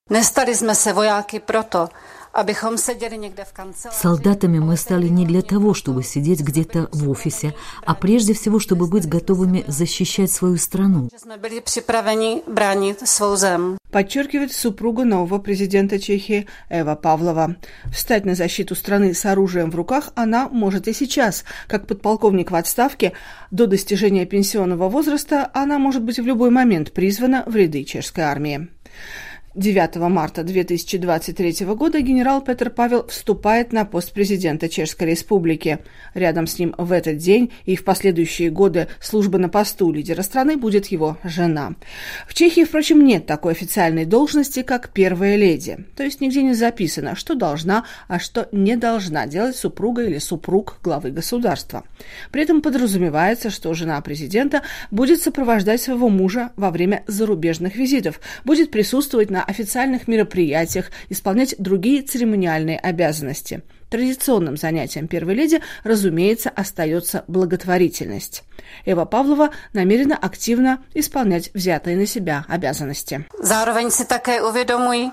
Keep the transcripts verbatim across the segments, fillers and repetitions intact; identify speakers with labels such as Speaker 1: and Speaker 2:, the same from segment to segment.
Speaker 1: Nestali jsme se vojáky proto, abychom seděli někde в канцелярии.
Speaker 2: Солдатами мы стали не для того, чтобы сидеть где-то в офисе, а прежде всего, чтобы быть готовыми защищать свою страну.
Speaker 1: Мы были приправени бранить свою землю.
Speaker 3: Подчеркивает супруга нового президента Чехии Эва Павлова. Встать на защиту страны с оружием в руках она может и сейчас. Как подполковник в отставке, до достижения пенсионного возраста она может быть в любой момент призвана в ряды чешской армии. девятого марта две тысячи двадцать третьего года генерал Петр Павел вступает на пост президента Чешской Республики. Рядом с ним в этот день и в последующие годы службы на посту лидера страны будет его жена. В Чехии, впрочем, нет такой официальной должности, как первая леди. То есть нигде не записано, что должна, а что не должна делать супруга или супруг главы государства. При этом подразумевается, что жена президента будет сопровождать своего мужа во время зарубежных визитов, будет присутствовать на официальных мероприятиях, исполнять другие церемониальные обязанности. Традиционным занятием первой леди, разумеется, остается благотворительность. Эва Павлова намерена активно исполнять взятые на себя обязанности.
Speaker 1: Zároveň si také uvědomuji,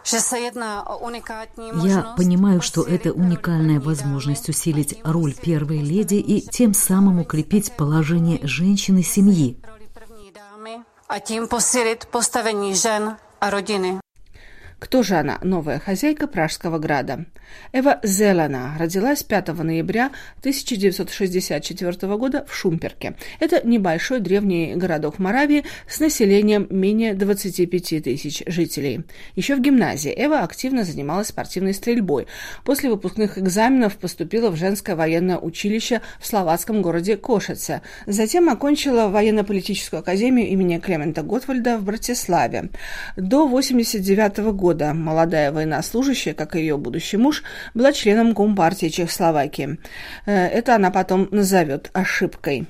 Speaker 2: Я понимаю, что это уникальная возможность усилить роль первой леди и тем самым укрепить положение женщины семьи.
Speaker 1: A tím posílit postavení žen a rodiny.
Speaker 3: Кто же она, новая хозяйка Пражского града? Эва Зелена родилась пятого ноября тысяча девятьсот шестьдесят четвёртого года в Шумперке. Это небольшой древний городок в Моравии с населением менее двадцати пяти тысяч жителей. Еще в гимназии Эва активно занималась спортивной стрельбой. После выпускных экзаменов поступила в женское военное училище в словацком городе Кошице. Затем окончила военно-политическую академию имени Клемента Готвальда в Братиславе. До восемьдесят девятого года молодая военнослужащая, как и ее будущий муж, была членом Компартии Чехословакии. Это она потом назовет ошибкой.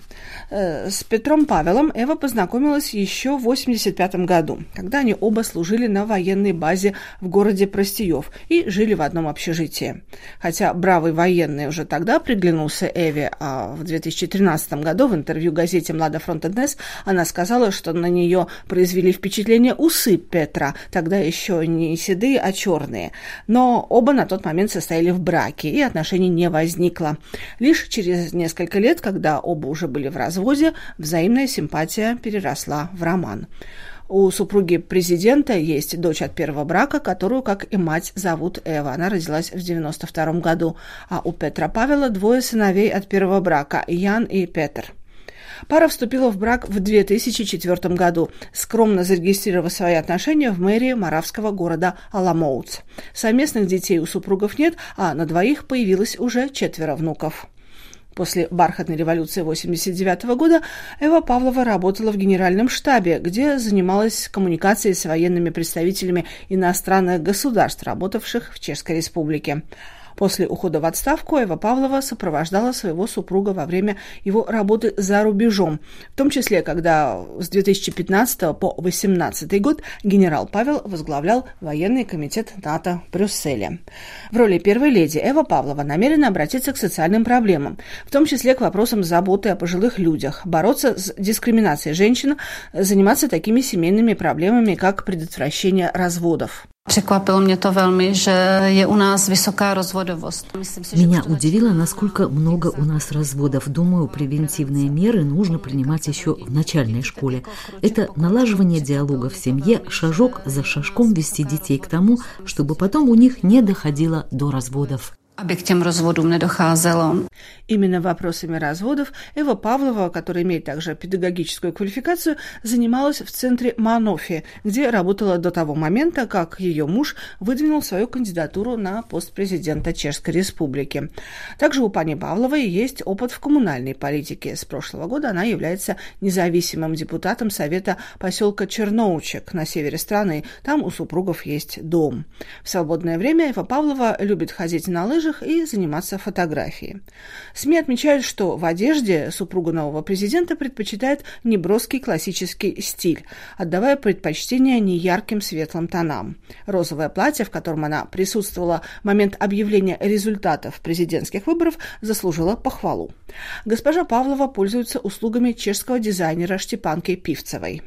Speaker 3: С Петром Павелом Эва познакомилась еще в восемьдесят пятом году, когда они оба служили на военной базе в городе Простиев и жили в одном общежитии. Хотя бравый военный уже тогда приглянулся Эве, а в две тысячи тринадцатом году в интервью газете «Млада Фронтеднес» она сказала, что на нее произвели впечатление усы Петра, тогда еще не седые, а черные. Но оба на тот момент состояли в браке, и отношений не возникло. Лишь через несколько лет, когда оба уже были в разводе, взаимная симпатия переросла в роман. У супруги президента есть дочь от первого брака, которую, как и мать, зовут Эва. Она родилась в девяносто втором году. А у Петра Павела двое сыновей от первого брака – Ян и Петр. Пара вступила в брак в две тысячи четвёртом году, скромно зарегистрировав свои отношения в мэрии моравского города Аламоуц. Совместных детей у супругов нет, а на двоих появилось уже четверо внуков. После бархатной революции восемьдесят девятого года Эва Павлова работала в генеральном штабе, где занималась коммуникацией с военными представителями иностранных государств, работавших в Чешской Республике. После ухода в отставку Эва Павлова сопровождала своего супруга во время его работы за рубежом, в том числе, когда с две тысячи пятнадцатого по две тысячи восемнадцатый год генерал Павел возглавлял военный комитет НАТО в Брюсселе. В роли первой леди Эва Павлова намерена обратиться к социальным проблемам, в том числе к вопросам заботы о пожилых людях, бороться с дискриминацией женщин, заниматься такими семейными проблемами, как предотвращение разводов.
Speaker 1: Překvapilo mě to velmi, že je u nás vysoká rozvodovost.
Speaker 2: Меня удивило, насколько много у нас разводов. Думаю, превентивные меры нужно принимать еще в начальной школе. Это налаживание диалога в семье, шажок за шажком вести детей к тому, чтобы потом у них не доходило до разводов.
Speaker 1: Aby k těm rozvodům nedocházelo.
Speaker 3: Именно вопросами разводов Эва Павлова, которая имеет также педагогическую квалификацию, занималась в центре Манофи, где работала до того момента, как ее муж выдвинул свою кандидатуру на пост президента Чешской Республики. Также у пани Павловой есть опыт в коммунальной политике. С прошлого года она является независимым депутатом совета поселка Черноучек на севере страны. Там у супругов есть дом. В свободное время Эва Павлова любит ходить на лыжи и заниматься фотографией. СМИ отмечают, что в одежде супруга нового президента предпочитает неброский классический стиль, отдавая предпочтение неярким светлым тонам. Розовое платье, в котором она присутствовала в момент объявления результатов президентских выборов, заслужило похвалу. Госпожа Павлова пользуется услугами чешского дизайнера Штепанки Пивцевой.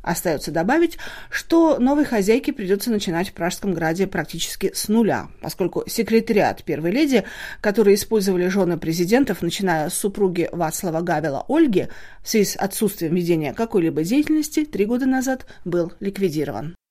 Speaker 3: Остается добавить, что новой хозяйке придется начинать в Пражском граде практически с нуля, поскольку секретариат первой леди, который использовали жены президентов, начиная с супруги Вацлава Гавела Ольги, в связи с отсутствием ведения какой-либо деятельности, три года назад был ликвидирован.